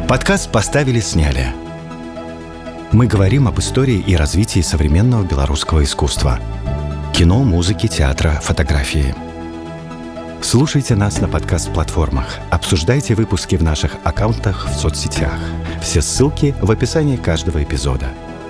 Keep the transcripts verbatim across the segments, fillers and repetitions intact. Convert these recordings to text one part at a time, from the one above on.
Подкаст «Поставили, сняли». Мы говорим об истории и развитии современного белорусского искусства. Кино, музыки, театра, фотографии. Слушайте нас на подкаст-платформах. Обсуждайте выпуски в наших аккаунтах в соцсетях. Все ссылки в описании каждого эпизода.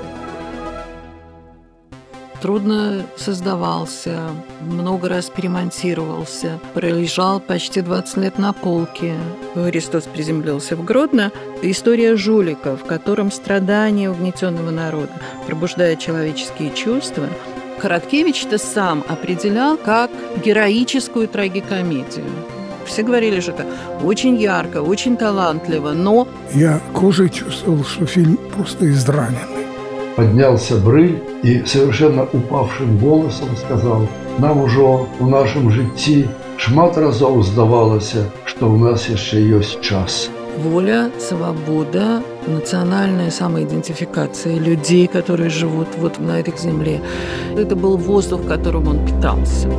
Трудно создавался, много раз перемонтировался, пролежал почти двадцать лет на полке. Христос приземлился в Гродно. История жулика, в котором страдания угнетенного народа пробуждает человеческие чувства. Короткевич-то сам определял как героическую трагикомедию. Все говорили, что это очень ярко, очень талантливо, но... Я кожей чувствовал, что фильм просто израненный. Поднялся Брыль и совершенно упавшим голосом сказал: «Нам уже в нашем житті шмат разов здавалося, что у нас еще есть час». Воля, свобода, национальная самоидентификация людей, которые живут вот на этой земле. Это был воздух, которым он питался.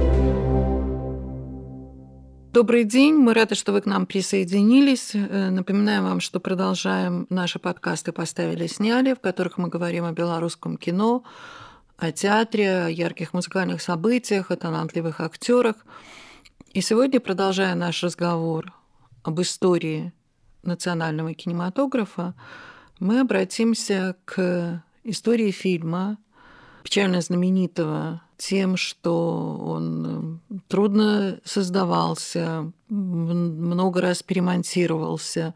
Добрый день, мы рады, что вы к нам присоединились. Напоминаем вам, что продолжаем наши подкасты «Поставили, сняли», в которых мы говорим о белорусском кино, о театре, о ярких музыкальных событиях, о талантливых актерах. И сегодня, продолжая наш разговор об истории национального кинематографа, мы обратимся к истории фильма, печально знаменитого тем, что он трудно создавался, много раз перемонтировался,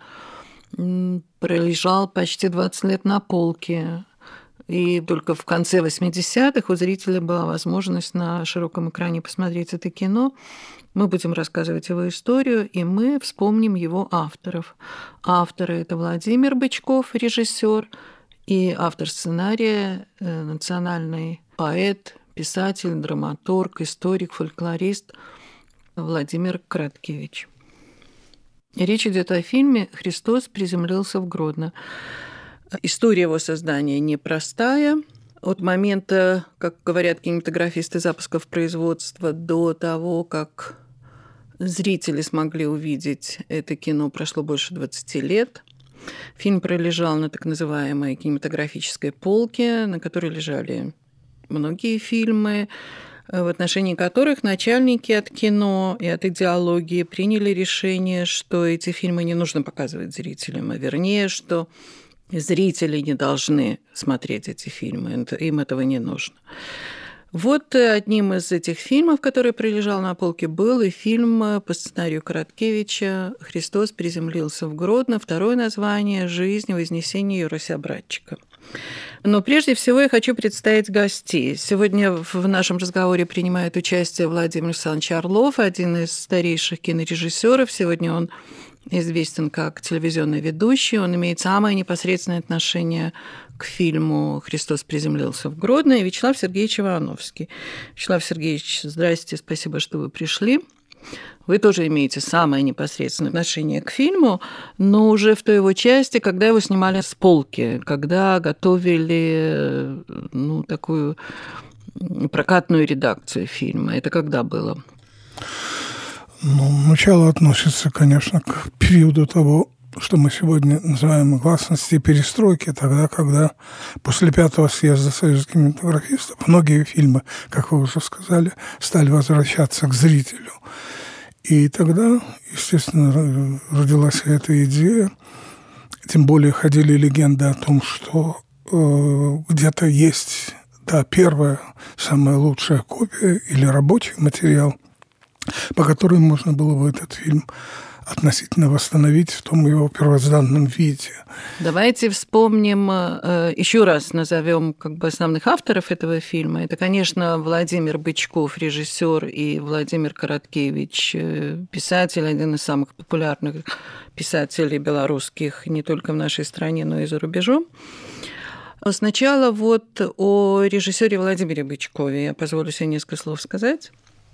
пролежал почти двадцать лет на полке. И только в конце восьмидесятых у зрителя была возможность на широком экране посмотреть это кино. Мы будем рассказывать его историю, и мы вспомним его авторов. Авторы – это Владимир Бычков, режиссер, и автор сценария – национальный поэт, писатель, драматург, историк, фольклорист Владимир Короткевич. Речь идет о фильме «Христос приземлился в Гродно». История его создания непростая. От момента, как говорят кинематографисты, запусков производства до того, как зрители смогли увидеть это кино, прошло больше двадцати лет. Фильм пролежал на так называемой кинематографической полке, на которой лежали многие фильмы, в отношении которых начальники от кино и от идеологии приняли решение, что эти фильмы не нужно показывать зрителям, а вернее, что зрители не должны смотреть эти фильмы, им этого не нужно. Вот одним из этих фильмов, который пролежал на полке, был и фильм по сценарию Короткевича «Христос приземлился в Гродно». Второе название «Жизнь, вознесение Юрася Братчика». Но прежде всего я хочу представить гостей. Сегодня в нашем разговоре принимает участие Владимир Александрович Орлов, один из старейших кинорежиссеров. Сегодня он известен как телевизионный ведущий. Он имеет самое непосредственное отношение к фильму «Христос приземлился в Гродно», и Вячеслав Сергеевич Ивановский. Вячеслав Сергеевич, здрасте, спасибо, что вы пришли. Вы тоже имеете самое непосредственное отношение к фильму, но уже в той его части, когда его снимали с полки, когда готовили ну, такую прокатную редакцию фильма. Это когда было? Ну, начало относится, конечно, к периоду того, что мы сегодня называем гласности и перестройки, тогда, когда после пятого съезда Союза кинематографистов многие фильмы, как вы уже сказали, стали возвращаться к зрителю. И тогда, естественно, родилась эта идея. Тем более ходили легенды о том, что э, где-то есть, да, первая, самая лучшая копия или рабочий материал, по которому можно было бы этот фильм относительно восстановить в том его первозданном виде. Давайте вспомним, еще раз назовем как бы основных авторов этого фильма. Это, конечно, Владимир Бычков, режиссер, и Владимир Короткевич, писатель, один из самых популярных писателей белорусских не только в нашей стране, но и за рубежом. Сначала вот о режиссере Владимире Бычкове я позволю себе несколько слов сказать.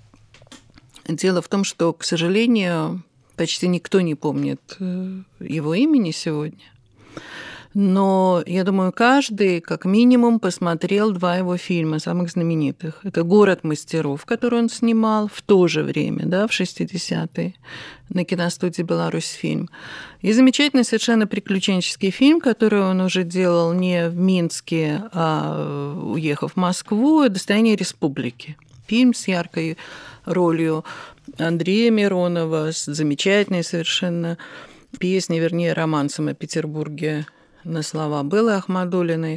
Дело в том, что, к сожалению, почти никто не помнит его имени сегодня. Но, я думаю, каждый как минимум посмотрел два его фильма, самых знаменитых. Это «Город мастеров», который он снимал в то же время, да, в шестидесятые, на киностудии «Беларусьфильм». И замечательный совершенно приключенческий фильм, который он уже делал не в Минске, а уехав в Москву, «Достояние республики». Фильм с яркой ролью Андрея Миронова, с замечательной совершенно песней, вернее, романсом о Петербурге на слова Беллы Ахмадуллиной.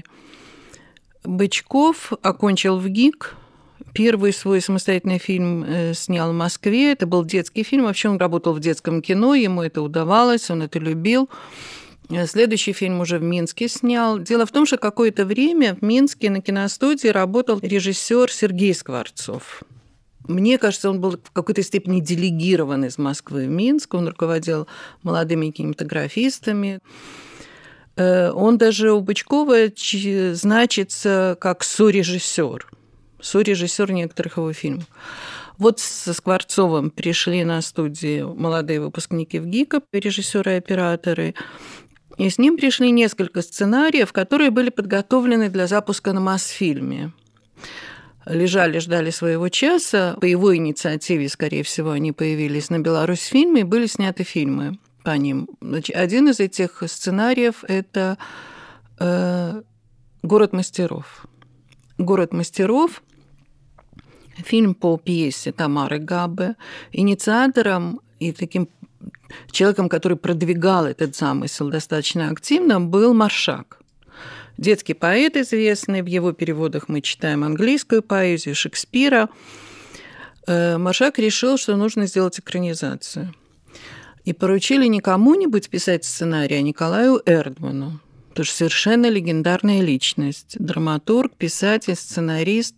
Бычков окончил в ГИК. Первый свой самостоятельный фильм снял в Москве. Это был детский фильм. Вообще он работал в детском кино, ему это удавалось, он это любил. Следующий фильм уже в Минске снял. Дело в том, что какое-то время в Минске на киностудии работал режиссер Сергей Скворцов. Мне кажется, он был в какой-то степени делегирован из Москвы в Минск. Он руководил молодыми кинематографистами. Он даже у Бычкова значится как сорежиссер. Сорежиссер некоторых его фильмов. Вот со Скворцовым пришли на студию молодые выпускники в ГИКа, режиссеры и операторы. И с ним пришли несколько сценариев, которые были подготовлены для запуска на Мосфильме. Лежали, ждали своего часа. По его инициативе, скорее всего, они появились на Беларусьфильме, и были сняты фильмы по ним. Значит, один из этих сценариев – это э, «Город мастеров». «Город мастеров» – фильм по пьесе Тамары Габе. Инициатором и таким человеком, который продвигал этот замысел достаточно активно, был Маршак. Детский поэт известный, в его переводах мы читаем английскую поэзию Шекспира. Маршак решил, что нужно сделать экранизацию. И поручили не кому-нибудь писать сценарий, а Николаю Эрдману. Потому что совершенно легендарная личность. Драматург, писатель, сценарист,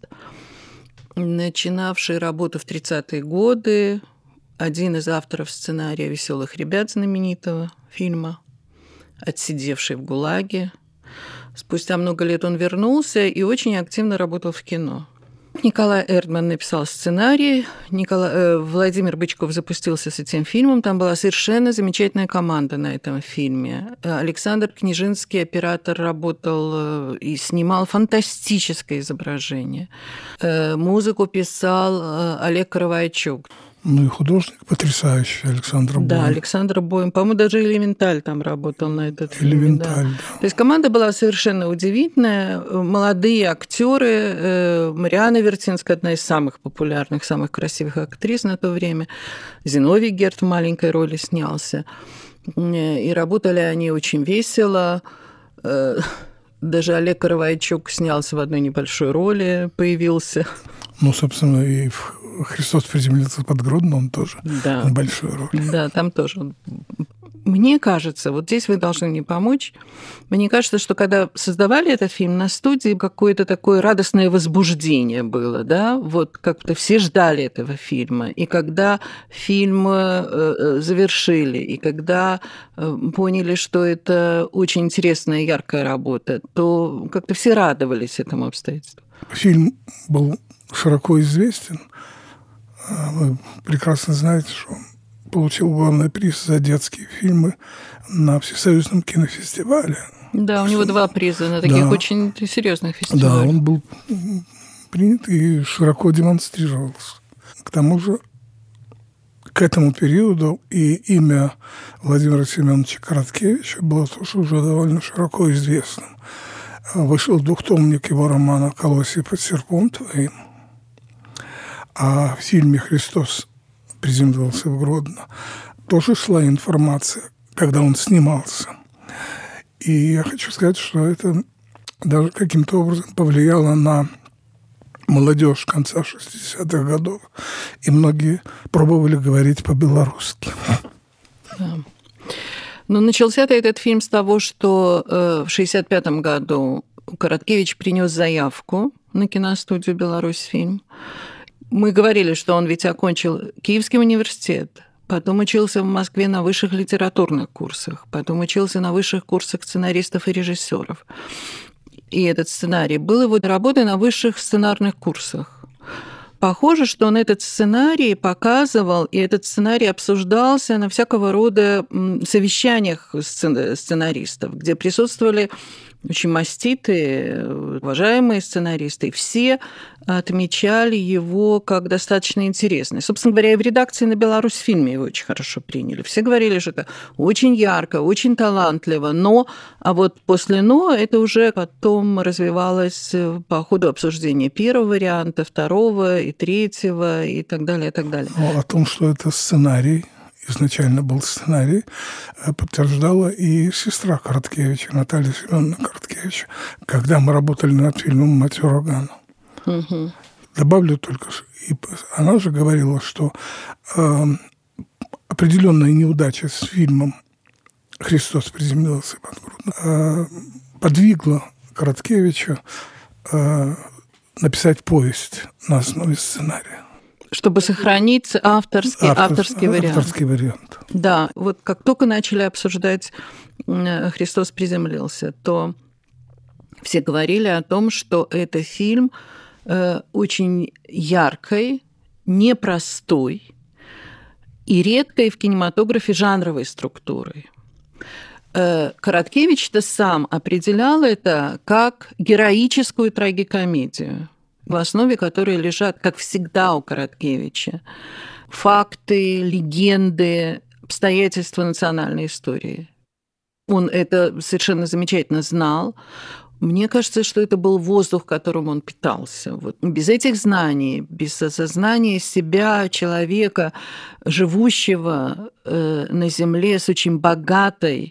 начинавший работу в тридцатые годы, один из авторов сценария «Веселых ребят» знаменитого фильма, отсидевший в ГУЛАГе. Спустя много лет он вернулся и очень активно работал в кино. Николай Эрдман написал сценарий, Николай, э, Владимир Бычков запустился с этим фильмом. Там была совершенно замечательная команда на этом фильме. Александр Княжинский, оператор, работал и снимал фантастическое изображение. Э, музыку писал э, Олег Каравайчук. Ну и художник потрясающий, Александр Боем. Да, Александр Боем. По-моему, даже «Элементаль» там работал на этот фильм. «Элементаль», да. да. То есть команда была совершенно удивительная. Молодые актеры. Марианна Вертинская, одна из самых популярных, самых красивых актрис на то время. Зиновий Герд в маленькой роли снялся. И работали они очень весело. Даже Олег Каравайчук снялся в одной небольшой роли, появился. Ну, собственно, и «Христос приземлился под Гродно», он тоже да. на большую роль. Да, там тоже. Мне кажется, вот здесь вы должны мне помочь. Мне кажется, что когда создавали этот фильм на студии, какое-то такое радостное возбуждение было, да, вот как-то все ждали этого фильма. И когда фильм завершили, и когда поняли, что это очень интересная, яркая работа, то как-то все радовались этому обстоятельству. Фильм был широко известен. Вы прекрасно знаете, что он получил главный приз за детские фильмы на Всесоюзном кинофестивале. Да, у него два приза на таких да. очень серьезных фестивалях. Да, он был принят и широко демонстрировался. К тому же, к этому периоду и имя Владимира Семеновича Короткевича было тоже уже довольно широко известным. Вышел двухтомник его романа «Колосья под серпом твоим». А в фильме «Христос приземлился в Гродно» тоже шла информация, когда он снимался. И я хочу сказать, что это даже каким-то образом повлияло на молодежь конца шестидесятых годов. И многие пробовали говорить по-белорусски. Да. Но начался-то этот фильм с того, что в шестьдесят пятом году Короткевич принес заявку на киностудию «Беларусьфильм». Мы говорили, что он ведь окончил Киевский университет, потом учился в Москве на высших литературных курсах, потом учился на высших курсах сценаристов и режиссеров. И этот сценарий был его работой на высших сценарных курсах. Похоже, что он этот сценарий показывал, и этот сценарий обсуждался на всякого рода совещаниях сценаристов, где присутствовали очень маститые, уважаемые сценаристы, и все отмечали его как достаточно интересный. Собственно говоря, и в редакции на Беларусьфильме его очень хорошо приняли. Все говорили, что это очень ярко, очень талантливо, но, а вот после «но» это уже потом развивалось по ходу обсуждения первого варианта, второго и третьего и так далее, и так далее. Ну, о том, что это сценарий, изначально был сценарий, подтверждала и сестра Короткевича, Наталья Семеновна Короткевич, когда мы работали над фильмом «Мать урагана». Угу. Добавлю только, и она же говорила, что э, определенная неудача с фильмом «Христос приземлился под грудь» э, подвигла Короткевича э, написать повесть на основе сценария. Чтобы сохранить авторский, Автор, авторский вариант. Авторский вариант. Да, вот как только начали обсуждать «Христос приземлился», то все говорили о том, что это фильм очень яркой, непростой и редкой в кинематографе жанровой структурой. Короткевич-то сам определял это как героическую трагикомедию, в основе которой лежат, как всегда у Короткевича, факты, легенды, обстоятельства национальной истории. Он это совершенно замечательно знал. Мне кажется, что это был воздух, которым он питался. Вот. Без этих знаний, без осознания себя, человека, живущего э, на Земле с очень богатой,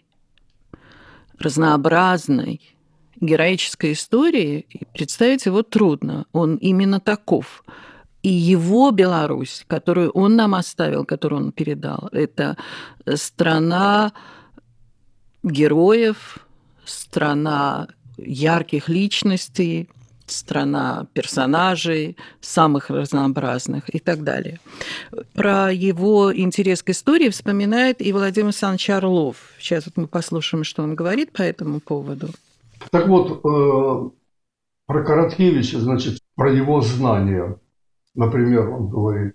разнообразной, героической историей, представить его трудно. Он именно таков. И его Беларусь, которую он нам оставил, которую он передал, это страна героев, страна ярких личностей, страна персонажей, самых разнообразных и так далее. Про его интерес к истории вспоминает и Владимир Александрович Орлов. Сейчас вот мы послушаем, что он говорит по этому поводу. Так вот, э, про Короткевича, значит, про его знания. Например, он говорит: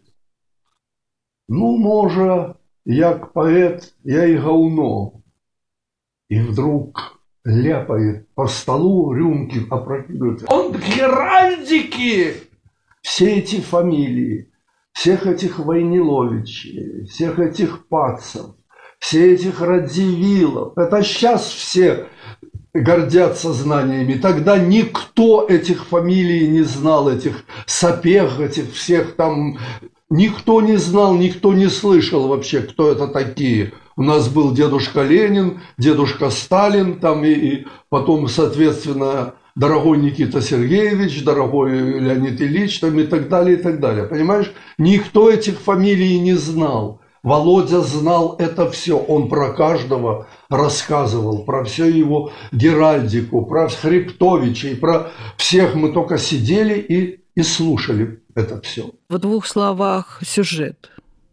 «Ну, може, як поэт, я и говно». И вдруг ляпает по столу, рюмки опрокидывает. Он геральдики! Все эти фамилии, всех этих Войниловичей, всех этих Пацев, все этих Радзивиллов. Это сейчас все гордятся знаниями. Тогда никто этих фамилий не знал, этих Сапег, этих всех там. Никто не знал, никто не слышал вообще, кто это такие. У нас был дедушка Ленин, дедушка Сталин, там и, и потом, соответственно, дорогой Никита Сергеевич, дорогой Леонид Ильич, там и так далее, и так далее. Понимаешь? Никто этих фамилий не знал. Володя знал это все. Он про каждого рассказывал, про всю его геральдику, про Хребтовичей, про всех. Мы только сидели и, и слушали это все. В двух словах сюжет.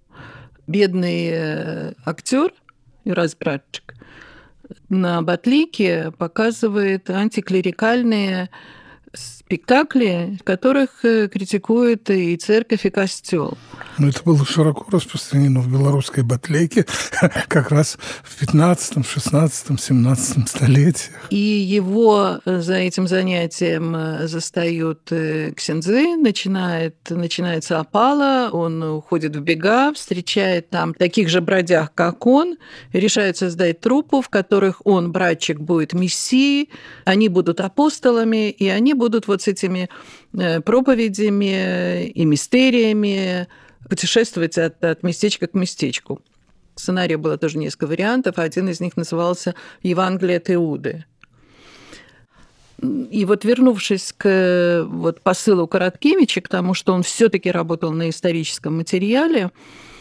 Бедный актер Юрас Братчик на Батлике показывает антиклерикальные спектакли, в которых критикует и церковь, и костел. Но это было широко распространено в белорусской Батлейке как раз в пятнадцатом, шестнадцатом, семнадцатом столетиях. И его за этим занятием застают ксензы, начинает, начинается опала, он уходит в бега, встречает там таких же бродяг, как он, решает создать труппу, в которых он, братчик, будет мессией, они будут апостолами, и они будут вот с этими проповедями и мистериями путешествовать от, от местечка к местечку. В сценарии было тоже несколько вариантов, один из них назывался «Евангелие от Иуды». И вот вернувшись к вот, посылу Короткевича, к тому, что он все-таки работал на историческом материале,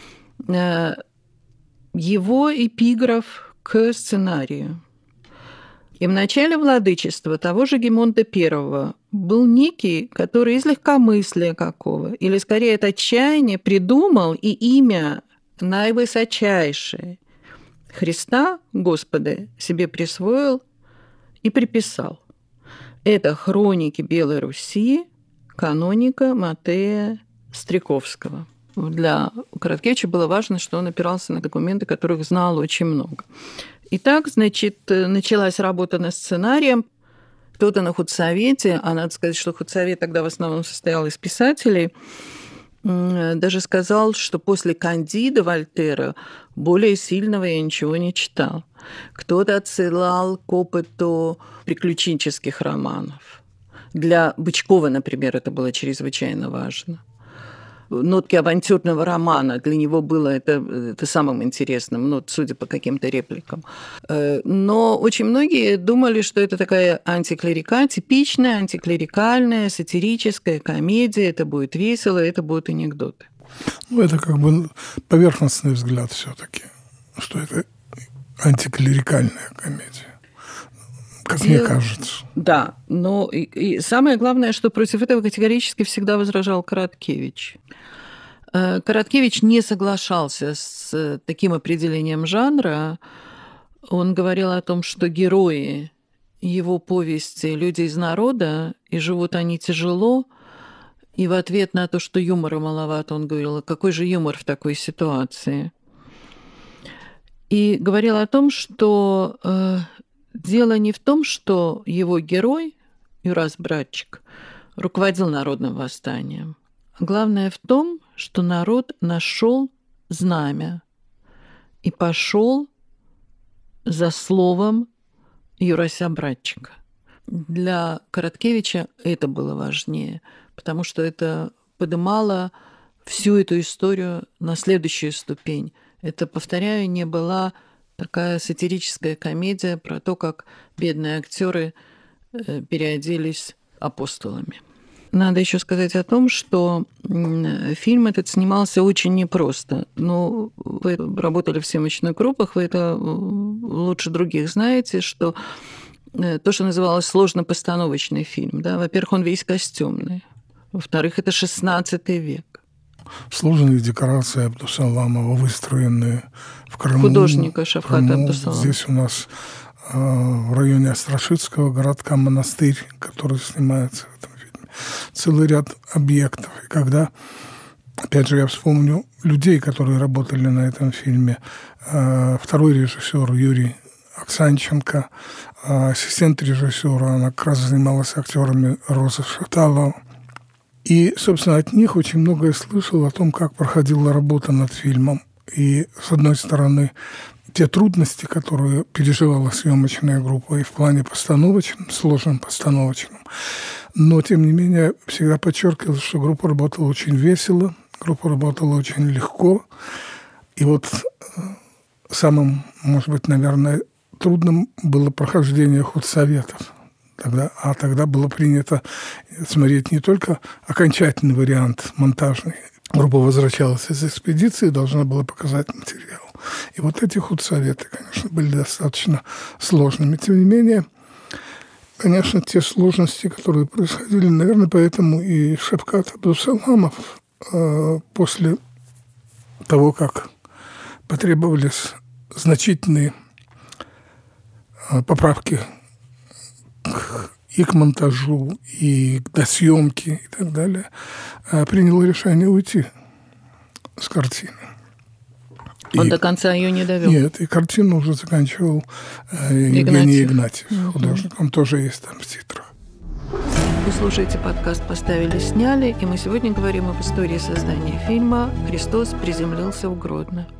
его эпиграф к сценарию. И в начале владычества того же Гемонта I был некий, который из легкомыслия какого, или скорее от отчаяния, придумал и имя наивысочайшее Христа, Господа, себе присвоил и приписал. Это хроники Белой Руси, каноника Матея Стряковского. Для Короткевича было важно, что он опирался на документы, которых знал очень много. Итак, значит, началась работа над сценарием. Кто-то на худсовете, а надо сказать, что худсовет тогда в основном состоял из писателей, даже сказал, что после «Кандида» Вольтера более сильного я ничего не читал. Кто-то отсылал к опыту приключенческих романов. Для Бычкова, например, это было чрезвычайно важно. Нотки авантюрного романа для него было это, это самым интересным, ну, судя по каким-то репликам. Но очень многие думали, что это такая антиклерика, типичная антиклерикальная сатирическая комедия, это будет весело, это будут анекдоты. Ну, это как бы поверхностный взгляд все-таки, что это антиклерикальная комедия. Как мне кажется. Да, но и, и самое главное, что против этого категорически всегда возражал Короткевич. Короткевич не соглашался с таким определением жанра. Он говорил о том, что герои его повести – люди из народа, и живут они тяжело. И в ответ на то, что юмора маловато, он говорил, какой же юмор в такой ситуации? И говорил о том, что э, дело не в том, что его герой, Юрас Братчик, руководил народным восстанием. Главное в том, что народ нашел знамя и пошел за словом Юрася Братчика. Для Короткевича это было важнее, потому что это поднимало всю эту историю на следующую ступень. Это, повторяю, не была такая сатирическая комедия про то, как бедные актеры переоделись апостолами. Надо еще сказать о том, что фильм этот снимался очень непросто. Ну, вы работали в съемочных группах, вы это лучше других знаете, что то, что называлось сложно-постановочный фильм. Да? Во-первых, он весь костюмный. Во-вторых, это шестнадцатый век. Сложные декорации Абдусаламова, выстроенные в Крыму. Художника Шавката Абдусаламова. Здесь у нас в районе Острашицкого городка монастырь, который снимается в этом фильме. Целый ряд объектов. И когда, опять же, я вспомню людей, которые работали на этом фильме. Второй режиссер Юрий Оксанченко, ассистент режиссера, она как раз занималась актерами, Роза Шаталова. И, собственно, от них очень многое слышал о том, как проходила работа над фильмом. И, с одной стороны, те трудности, которые переживала съемочная группа и в плане постановочном, сложном постановочном. Но, тем не менее, всегда подчеркивал, что группа работала очень весело, группа работала очень легко. И вот самым, может быть, наверное, трудным было прохождение худсоветов. Тогда, а тогда было принято смотреть не только окончательный вариант монтажный. Группа возвращалась из экспедиции, должна была показать материал. И вот эти худсоветы, конечно, были достаточно сложными. Тем не менее, конечно, те сложности, которые происходили, наверное, поэтому и Шавкат Абдусаламов э, после того, как потребовались значительные э, поправки и к монтажу, и к досъемке, и так далее, принял решение уйти с картины. Он и, до конца ее не довел. Нет, и картину уже заканчивал Евгений Игнатьев, Игнатьев художник. Он тоже есть там в титрах. Вы слушаете подкаст «Поставили, сняли», и мы сегодня говорим об истории создания фильма «Христос приземлился в Гродно».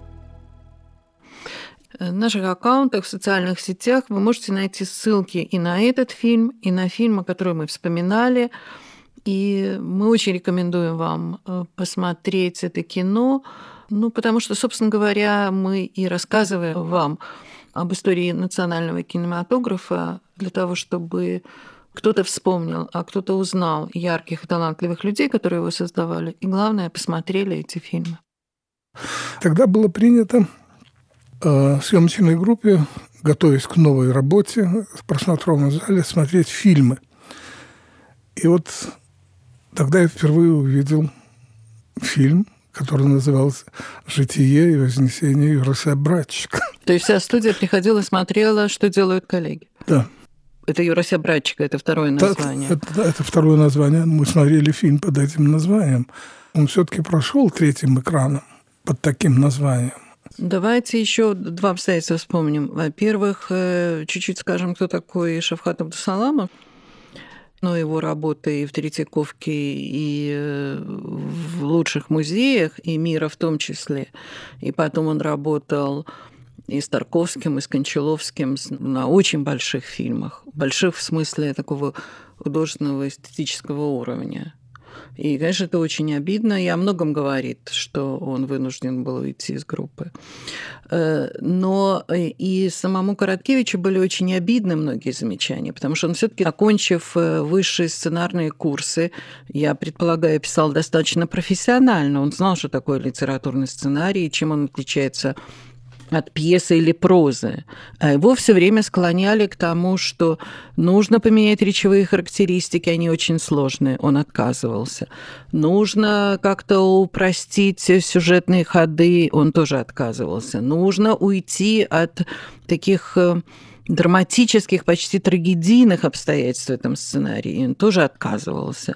В наших аккаунтах в социальных сетях вы можете найти ссылки и на этот фильм, и на фильм, о котором мы вспоминали. И мы очень рекомендуем вам посмотреть это кино, ну, потому что, собственно говоря, мы и рассказываем вам об истории национального кинематографа для того, чтобы кто-то вспомнил, а кто-то узнал ярких и талантливых людей, которые его создавали, и, главное, посмотрели эти фильмы. Тогда было принято в съемочной группе, готовясь к новой работе в просмотровом зале, смотреть фильмы. И вот тогда я впервые увидел фильм, который назывался «Житие и вознесение Юраса Братчика». То есть вся студия приходила, смотрела, что делают коллеги? Да. Это Юрася Братчика, это второе название. Это, это, это второе название. Мы смотрели фильм под этим названием. Он все-таки прошел третьим экраном под таким названием. Давайте еще два обстоятельства вспомним. Во-первых, чуть-чуть скажем, кто такой Шавкат Абдусаламов. Но его работы и в Третьяковке, и в лучших музеях, и мира в том числе. И потом он работал и с Тарковским, и с Кончаловским на очень больших фильмах. Больших в смысле такого художественного эстетического уровня. И, конечно, это очень обидно, и о многом говорит, что он вынужден был уйти из группы. Но и самому Короткевичу были очень обидны многие замечания, потому что он все-таки, окончив высшие сценарные курсы, я предполагаю, писал достаточно профессионально. Он знал, что такое литературный сценарий, и чем он отличается от пьесы или прозы. А его все время склоняли к тому, что нужно поменять речевые характеристики, они очень сложные, он отказывался. Нужно как-то упростить сюжетные ходы, он тоже отказывался. Нужно уйти от таких драматических, почти трагедийных обстоятельств в этом сценарии, он тоже отказывался.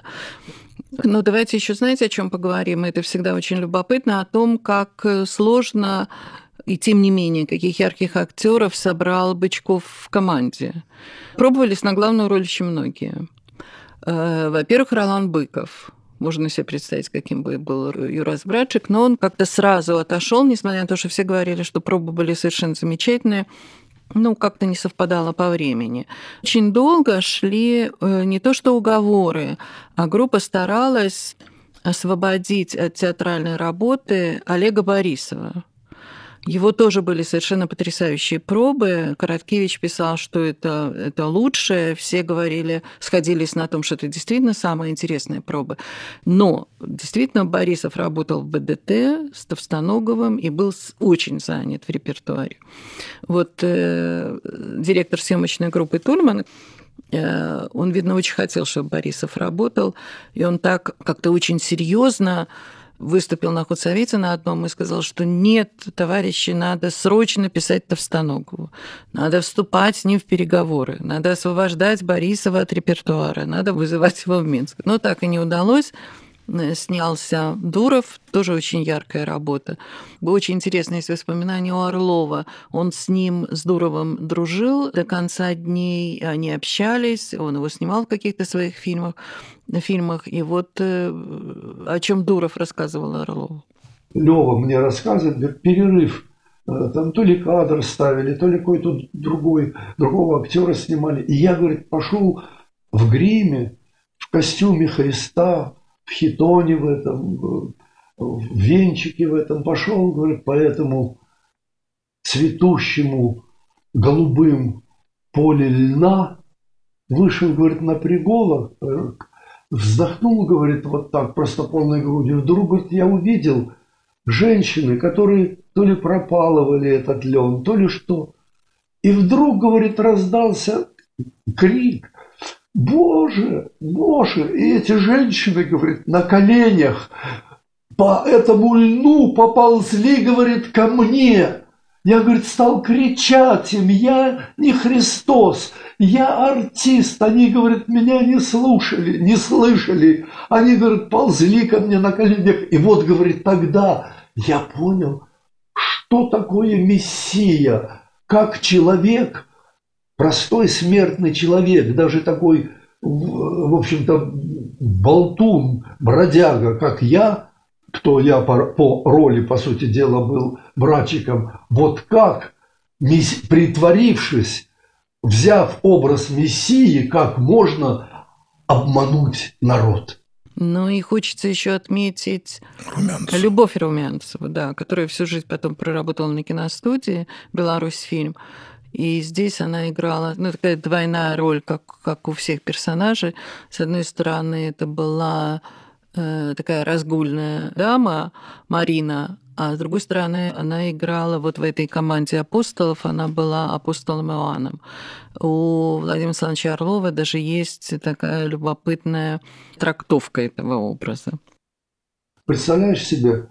Но давайте еще, знаете, о чем поговорим? Это всегда очень любопытно, о том, как сложно и тем не менее, каких ярких актеров собрал Бычков в команде. Пробовались на главную роль очень многие. Во-первых, Ролан Быков. Можно себе представить, каким бы был Юрас Братчик, но он как-то сразу отошел, несмотря на то, что все говорили, что пробы были совершенно замечательные. Ну, как-то не совпадало по времени. Очень долго шли не то что уговоры, а группа старалась освободить от театральной работы Олега Борисова. Его тоже были совершенно потрясающие пробы. Короткевич писал, что это, это лучшее. Все говорили, сходились на том, что это действительно самые интересные пробы. Но действительно Борисов работал в БДТ с Товстоноговым и был очень занят в репертуаре. Вот э, директор съемочной группы Тульман, э, он, видно, очень хотел, чтобы Борисов работал, и он так как-то очень серьезно выступил на худсовете на одном и сказал, что нет, товарищи, надо срочно писать Товстоногову, надо вступать с ним в переговоры, надо освобождать Борисова от репертуара, надо вызывать его в Минск. Но так и не удалось. Снялся Дуров, тоже очень яркая работа. Очень интересно, есть воспоминания у Орлова. Он с ним, с Дуровым, дружил до конца дней, они общались, он его снимал в каких-то своих фильмах. фильмах. И вот о чем Дуров рассказывал Орлову. Лёва мне рассказывает, говорит, перерыв. Там то ли кадр ставили, то ли какой-то другой, другого актера снимали. И я, говорит, пошел в гриме, в костюме Христа, в хитоне в этом, в венчике в этом. Пошел, говорит, по этому цветущему голубым поле льна. Вышел, говорит, на приголах, вздохнул, говорит, вот так, просто полной грудью. Вдруг, говорит, я увидел женщины, которые то ли пропалывали этот лен, то ли что. И вдруг, говорит, раздался крик: «Боже, Боже!» И эти женщины, говорит, на коленях по этому льну поползли, говорит, ко мне. Я, говорит, стал кричать им: я не Христос, я артист. Они, говорит, меня не слушали, не слышали. Они, говорит, ползли ко мне на коленях. И вот, говорит, тогда я понял, что такое Мессия, как человек, простой смертный человек, даже такой, в общем-то, болтун, бродяга, как я, кто я по, по роли, по сути дела, был братчиком, вот как, притворившись, взяв образ Мессии, как можно обмануть народ. Ну и хочется еще отметить Румянцева. Любовь Румянцева, да, которая всю жизнь потом проработала на киностудии «Беларусьфильм». И здесь она играла, ну, такая двойная роль, как, как у всех персонажей. С одной стороны, это была э, такая разгульная дама Марина, а с другой стороны, она играла вот в этой команде апостолов, она была апостолом Иоанном. У Владимира Александровича Орлова даже есть такая любопытная трактовка этого образа. Представляешь себе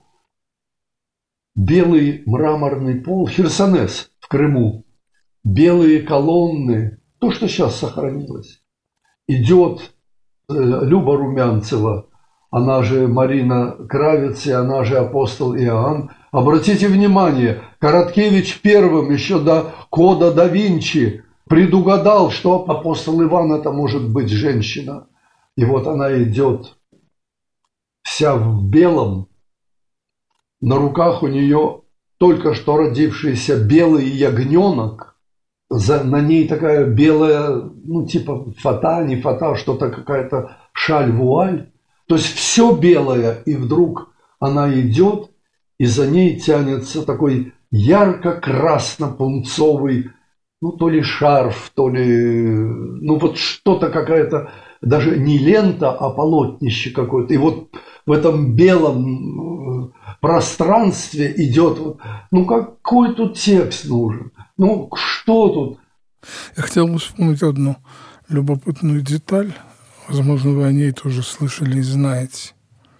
белый мраморный пол, Херсонес в Крыму, белые колонны, то, что сейчас сохранилось. Идет Люба Румянцева она же Марина Кравец, и она же апостол Иоанн. Обратите внимание, Короткевич первым, еще до Кода да Винчи, предугадал, что апостол Иван – это может быть женщина. И вот она идет вся в белом, на руках у нее только что родившийся белый ягненок, за, на ней такая белая, ну типа фата, не фата, что-то какая-то шаль-вуаль. То есть все белое, и вдруг она идет, и за ней тянется такой ярко-красно-пунцовый, ну то ли шарф, то ли, ну вот что-то какая-то, даже не лента, а полотнище какое-то. И вот в этом белом пространстве идет, ну какой тут текст нужен, ну что тут? Я хотел бы вспомнить одну любопытную деталь, возможно, вы о ней тоже слышали и знаете.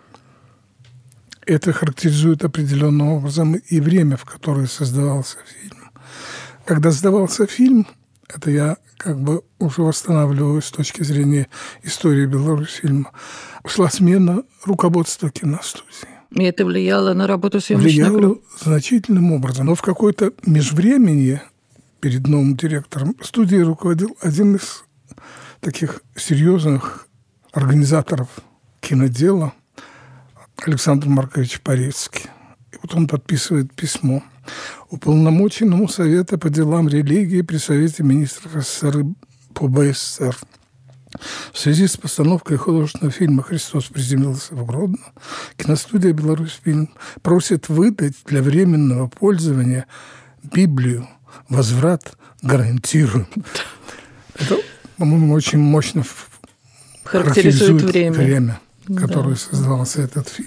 Это характеризует определенным образом и время, в которое создавался фильм. Когда создавался фильм, это я как бы уже восстанавливаю с точки зрения истории Беларусьфильма, шла смена руководства киностудии. И это влияло на работу съемочной группы? Влияло значительным образом. Но в какой-то межвременье перед новым директором студии руководил один из таких серьезных организаторов кинодела Александр Маркович Порецкий. И вот он подписывает письмо уполномоченному Совета по делам религии при Совете министров СССР по БССР. В связи с постановкой художественного фильма «Христос приземлился в Гродно» киностудия «Беларусьфильм» просит выдать для временного пользования Библию «Возврат гарантируем». Это, по-моему, очень мощно характеризует время, время в которое да. создавался этот фильм.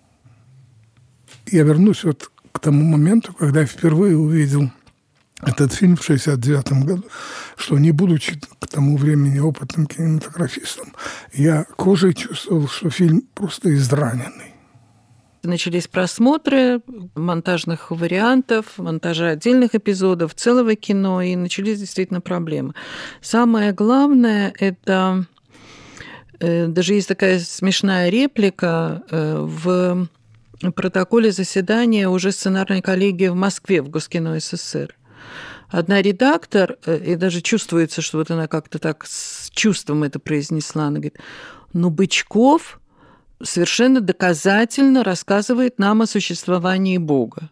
Я вернусь вот к тому моменту, когда я впервые увидел этот фильм в шестьдесят девятом году, что, не будучи к тому времени опытным кинематографистом, я кожей чувствовал, что фильм просто израненный. Начались просмотры монтажных вариантов, монтажа отдельных эпизодов, целого кино, и начались действительно проблемы. Самое главное – это… Даже есть такая смешная реплика в протоколе заседания уже сценарной коллегии в Москве, в Госкино СССР. Одна редактор, и даже чувствуется, что вот она как-то так с чувством это произнесла, она говорит, ну, Бычков совершенно доказательно рассказывает нам о существовании Бога.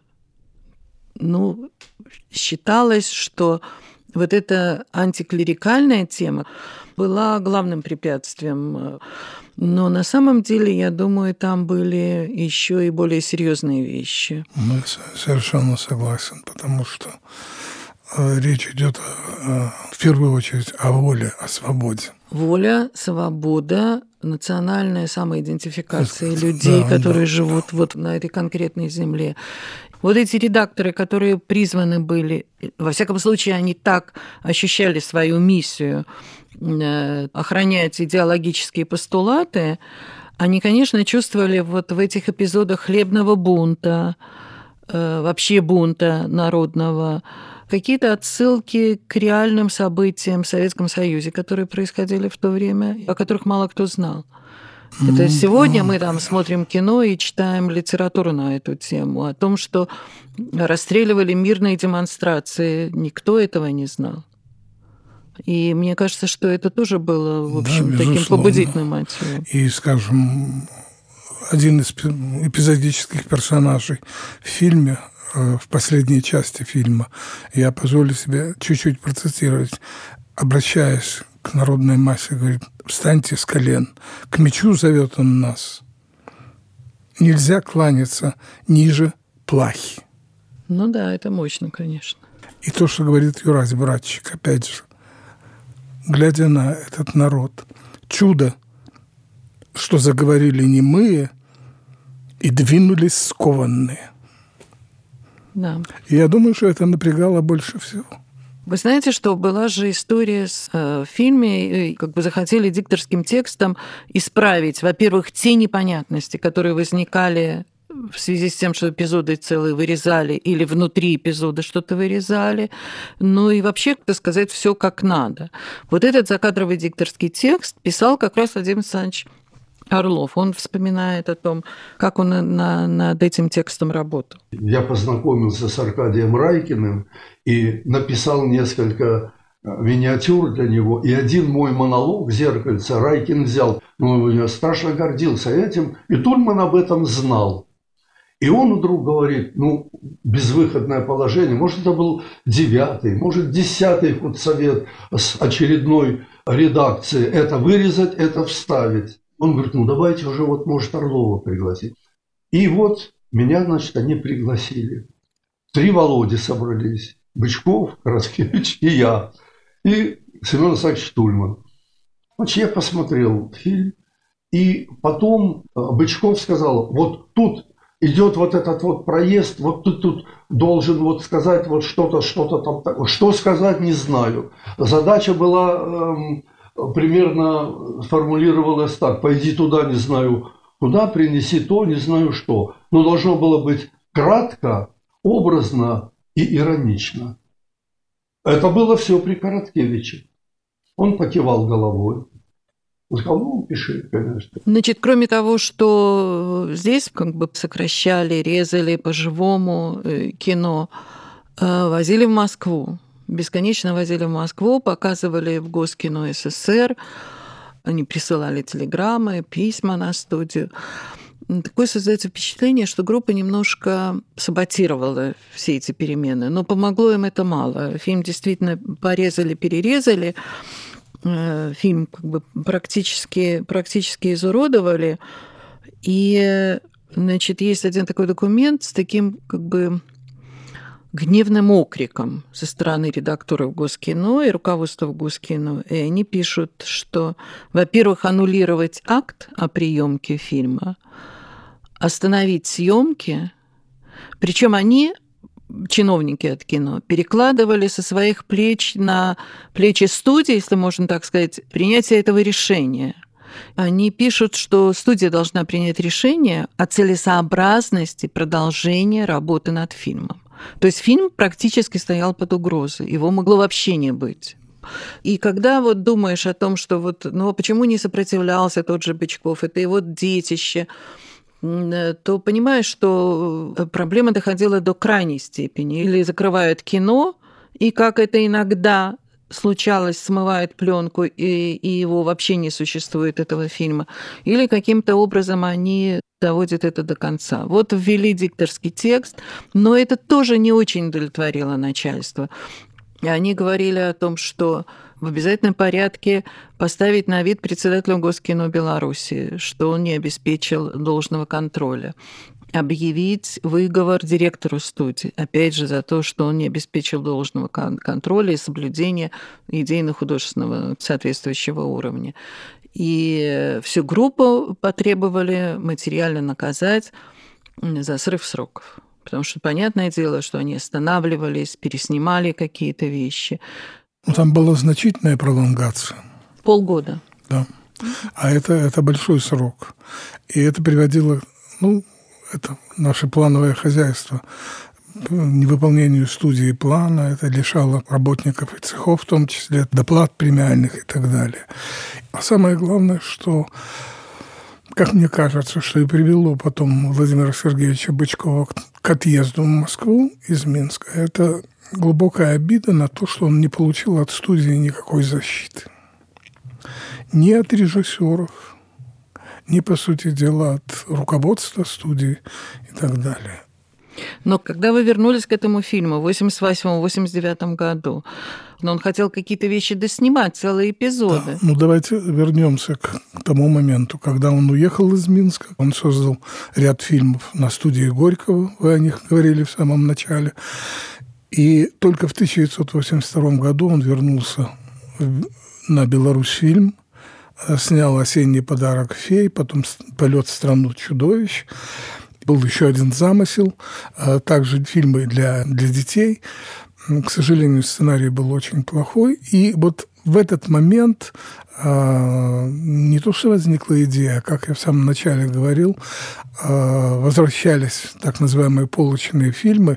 Ну, считалось, что вот эта антиклерикальная тема была главным препятствием. Но на самом деле, я думаю, там были еще и более серьезные вещи. Мы совершенно согласен, потому что речь идет в первую очередь о воле, о свободе. Воля, свобода, национальная самоидентификация Это, людей, да, которые да, живут да. вот на этой конкретной земле. Вот эти редакторы, которые призваны были, во всяком случае, они так ощущали свою миссию охранять идеологические постулаты, они, конечно, чувствовали вот в этих эпизодах хлебного бунта, вообще бунта народного, какие-то отсылки к реальным событиям в Советском Союзе, которые происходили в то время, о которых мало кто знал. Это сегодня мы там смотрим кино и читаем литературу на эту тему, о том, что расстреливали мирные демонстрации. Никто этого не знал. И мне кажется, что это тоже было, в общем, да, таким побудительным мотивом. И, скажем, один из эпизодических персонажей в фильме, в последней части фильма, я позволю себе чуть-чуть процитировать, обращаясь к народной массе, говорит, встаньте с колен, к мечу зовет он нас. Нельзя кланяться ниже плахи. Ну да, это мощно, конечно. И то, что говорит Юрась, братчик, опять же, глядя на этот народ, чудо, что заговорили немые и двинулись скованные. Да. И я думаю, что это напрягало больше всего. Вы знаете, что была же история с, э, в фильме, и как бы захотели дикторским текстом исправить, во-первых, те непонятности, которые возникали в связи с тем, что эпизоды целые вырезали или внутри эпизода что-то вырезали, ну и вообще, так сказать, все как надо. Вот этот закадровый дикторский текст писал как раз Владимир Александрович Орлов, он вспоминает о том, как он на, над этим текстом работал. Я познакомился с Аркадием Райкиным и написал несколько миниатюр для него. И один мой монолог «Зеркальце» Райкин взял. Ну, я страшно гордился этим. И Тульман об этом знал. И он вдруг говорит, ну, безвыходное положение. Может, это был девятый, может, десятый худсовет с очередной редакции. Это вырезать, это вставить. Он говорит, ну, давайте уже, вот, может, Орлова пригласить. И вот меня, значит, они пригласили. Три Володи собрались. Бычков, Короткевич и я. И Семен Исаакович Тульман. Значит, я посмотрел фильм. И потом Бычков сказал, вот тут идет вот этот вот проезд, вот тут, тут должен вот сказать вот что-то, что-то там. Что сказать, не знаю. Задача была, эм, примерно формулировалась так. Пойди туда, не знаю куда, принеси то, не знаю что. Но должно было быть кратко, образно и иронично. Это было все при Короткевиче. Он покивал головой. Он сказал, ну, пиши, конечно. Значит, кроме того, что здесь как бы сокращали, резали по-живому кино, возили в Москву. Бесконечно возили в Москву, показывали в Госкино СССР. Они присылали телеграммы, письма на студию. Такое создается впечатление, что группа немножко саботировала все эти перемены, но помогло им это мало. Фильм действительно порезали, перерезали, фильм как бы практически, практически изуродовали. И, значит, есть один такой документ с таким как бы гневным окриком со стороны редакторов Госкино и руководства Госкино. И они пишут, что, во-первых, аннулировать акт о приемке фильма, остановить съемки, причем они, чиновники от кино, перекладывали со своих плеч на плечи студии, если можно так сказать, принятие этого решения. Они пишут, что студия должна принять решение о целесообразности продолжения работы над фильмом. То есть фильм практически стоял под угрозой, его могло вообще не быть. И когда вот думаешь о том, что вот, ну, почему не сопротивлялся тот же Бычков, это его детище, то понимаешь, что проблема доходила до крайней степени. Или закрывают кино, и как это иногда случалось, смывают пленку, и, и его вообще не существует, этого фильма, или каким-то образом они доводят это до конца. Вот ввели дикторский текст, но это тоже не очень удовлетворило начальство. И они говорили о том, что в обязательном порядке поставить на вид председателю Госкино Беларуси, что он не обеспечил должного контроля. Объявить выговор директору студии, опять же, за то, что он не обеспечил должного контроля и соблюдения идейно-художественного соответствующего уровня. И всю группу потребовали материально наказать за срыв сроков. Потому что, понятное дело, что они останавливались, переснимали какие-то вещи. Ну, там была значительная пролонгация. Полгода. Да. А это, это большой срок. И это приводило, ну, это наше плановое хозяйство, невыполнению студии плана, это лишало работников и цехов, в том числе доплат премиальных и так далее. А самое главное, что, как мне кажется, что и привело потом Владимира Сергеевича Бычкова к отъезду в Москву из Минска, это глубокая обида на то, что он не получил от студии никакой защиты. Ни от режиссеров, ни, по сути дела, от руководства студии и так далее. Но когда вы вернулись к этому фильму в восемьдесят восьмом — восемьдесят девятом году, но он хотел какие-то вещи доснимать, целые эпизоды. Да, ну давайте вернемся к тому моменту, когда он уехал из Минска. Он создал ряд фильмов на студии Горького, вы о них говорили в самом начале. И только в тысяча девятьсот восемьдесят втором году он вернулся на Беларусьфильм, снял «Осенний подарок фей», потом «Полет в страну чудовищ». Был еще один замысел, также фильмы для, для детей. К сожалению, сценарий был очень плохой. И вот в этот момент не то что возникла идея, как я в самом начале говорил, возвращались так называемые полочные фильмы,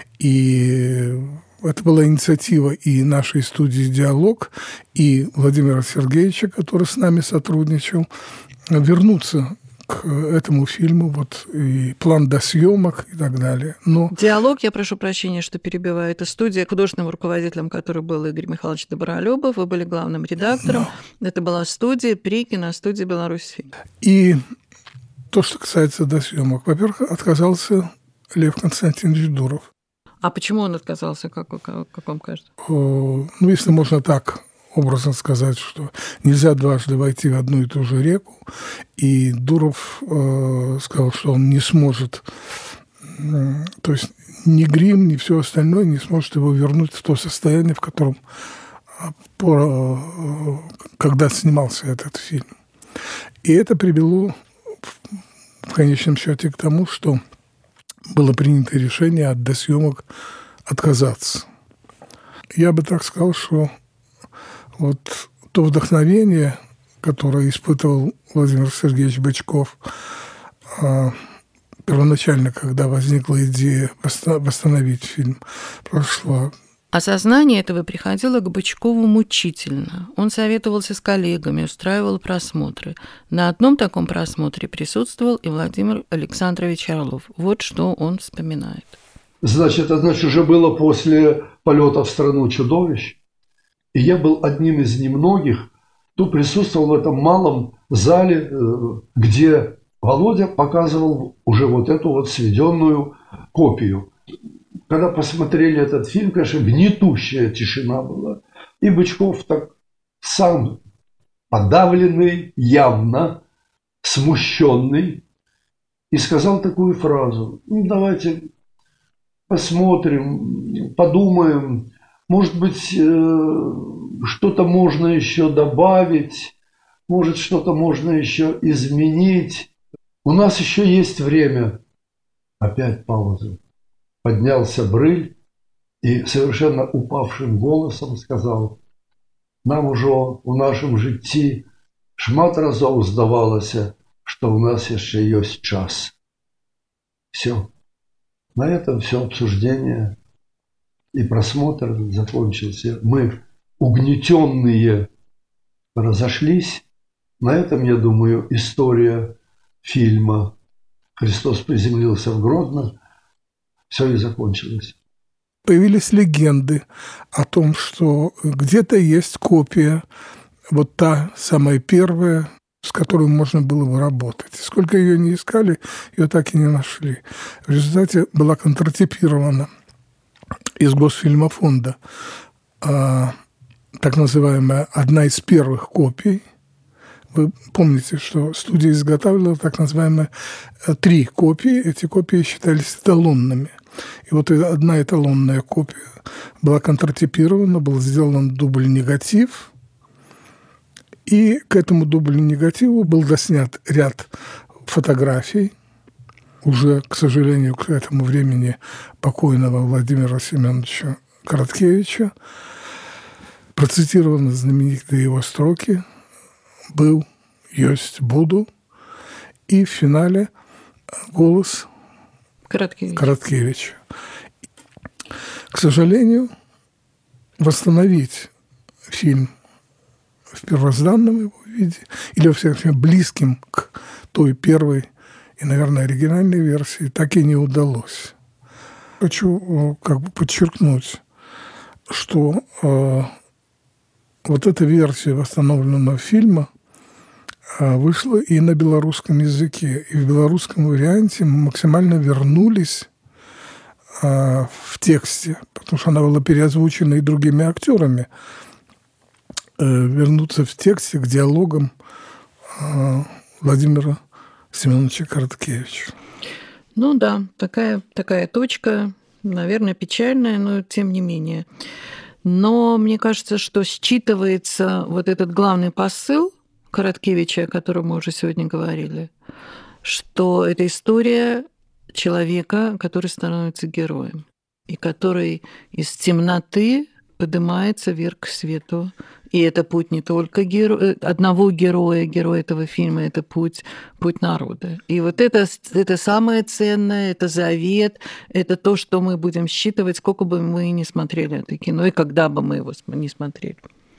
и это была инициатива и нашей студии «Диалог», и Владимира Сергеевича, который с нами сотрудничал. вернуться к этому фильму, вот и план до съемок и так далее. Но... Диалог, я прошу прощения, что перебиваю, это студия, художественным руководителем которой был Игорь Михайлович Добролюбов, вы были главным редактором. Но... Это была студия при киностудии «Беларусьфильм». И то, что касается до съемок, во-первых, отказался Лев Константинович Дуров. А почему он отказался, как, как, как вам кажется? Ну, если можно так образно сказать, что нельзя дважды войти в одну и ту же реку, и Дуров э, сказал, что он не сможет, э, то есть ни грим, ни все остальное не сможет его вернуть в то состояние, в котором, по, э, когда снимался этот фильм. И это привело в конечном счете к тому, что было принято решение от досъемок отказаться. Я бы так сказал, что вот то вдохновение, которое испытывал Владимир Сергеевич Бычков первоначально, когда возникла идея восстановить фильм, прошло. Осознание этого приходило к Бычкову мучительно. Он советовался с коллегами, устраивал просмотры. На одном таком просмотре присутствовал и Владимир Александрович Орлов. Вот что он вспоминает. Значит, это значит, уже было после полета в страну чудовищ. И я был одним из немногих, кто присутствовал в этом малом зале, где Володя показывал уже вот эту вот сведенную копию. Когда посмотрели этот фильм, конечно, гнетущая тишина была. И Бычков так сам подавленный, явно смущенный, и сказал такую фразу: ну, давайте посмотрим, подумаем, может быть, что-то можно еще добавить, может, что-то можно еще изменить. У нас еще есть время. Опять пауза. Поднялся Брыль и совершенно упавшим голосом сказал: нам уже в нашем житті шмат разов здавалося, что у нас еще есть час. Все. На этом все обсуждение и просмотр закончился. Мы, угнетенные, разошлись. На этом, я думаю, история фильма «Христос приземлился в Гродно» все и закончилось. Появились легенды о том, что где-то есть копия, вот та самая первая, с которой можно было бы работать. Сколько ее не искали, ее так и не нашли. В результате была контратипирована из Госфильмофонда а, так называемая одна из первых копий. Вы помните, что студия изготавливала так называемые три копии. Эти копии считались эталонными. И вот одна эталонная копия была контратипирована, был сделан дубль-негатив, и к этому дублю-негативу был доснят ряд фотографий уже, к сожалению, к этому времени покойного Владимира Семеновича Короткевича. Процитированы знаменитые его строки: «Был, есть, буду». И в финале голос Короткевич. Короткевича. К сожалению, восстановить фильм в первозданном его виде, или, во всяком случае, близким к той первой и, наверное, оригинальной версии, так и не удалось. Хочу как бы подчеркнуть, что э, вот эта версия восстановленного фильма э, вышла и на белорусском языке. И в белорусском варианте мы максимально вернулись э, в тексте, потому что она была переозвучена и другими актерами, э, вернуться в тексте к диалогам э, Владимира Семеновича Короткевича. Ну да, такая, такая точка, наверное, печальная, но тем не менее. Но мне кажется, что считывается вот этот главный посыл Короткевича, о котором мы уже сегодня говорили, что это история человека, который становится героем, и который из темноты поднимается вверх к свету. И это путь не только геро... одного героя, героя этого фильма, это путь, путь народа. И вот это, это самое ценное, это завет, это то, что мы будем считывать, сколько бы мы ни смотрели это кино, и когда бы мы его не смотрели.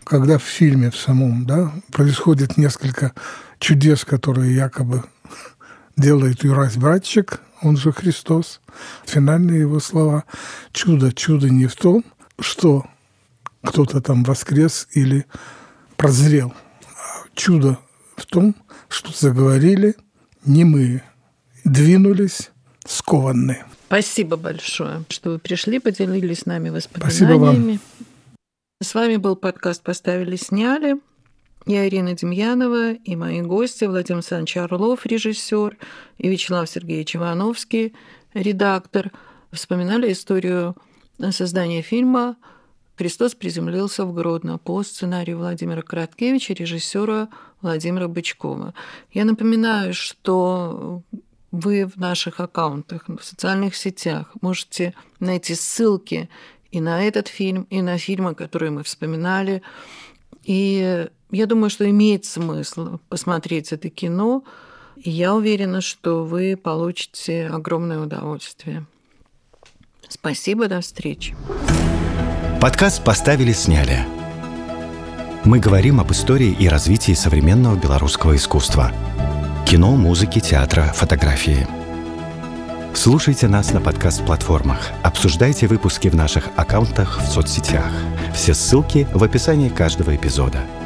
когда в фильме в самом, да, происходит несколько чудес, которые якобы делает Юрась-братчик, он же Христос. Финальные его слова: «Чудо, чудо не в том, что кто-то там воскрес или прозрел, а чудо в том, что заговорили немые, двинулись скованные». Спасибо большое, что вы пришли, поделились с нами воспоминаниями. Спасибо вам. С вами был подкаст «Поставили, сняли». Я Ирина Демьянова и мои гости Владимир Александрович Орлов, режиссер, и Вячеслав Сергеевич Ивановский, редактор, вспоминали историю создания фильма «Христос приземлился в Гродно» по сценарию Владимира Короткевича, режиссера Владимира Бычкова. Я напоминаю, что вы в наших аккаунтах, в социальных сетях можете найти ссылки и на этот фильм, и на фильмы, которые мы вспоминали. И я думаю, что имеет смысл посмотреть это кино, и я уверена, что вы получите огромное удовольствие. Спасибо, до встречи. Подкаст «Поставили, сняли». Мы говорим об истории и развитии современного белорусского искусства. Кино, музыки, театра, фотографии. Слушайте нас на подкаст-платформах. Обсуждайте выпуски в наших аккаунтах в соцсетях. Все ссылки в описании каждого эпизода.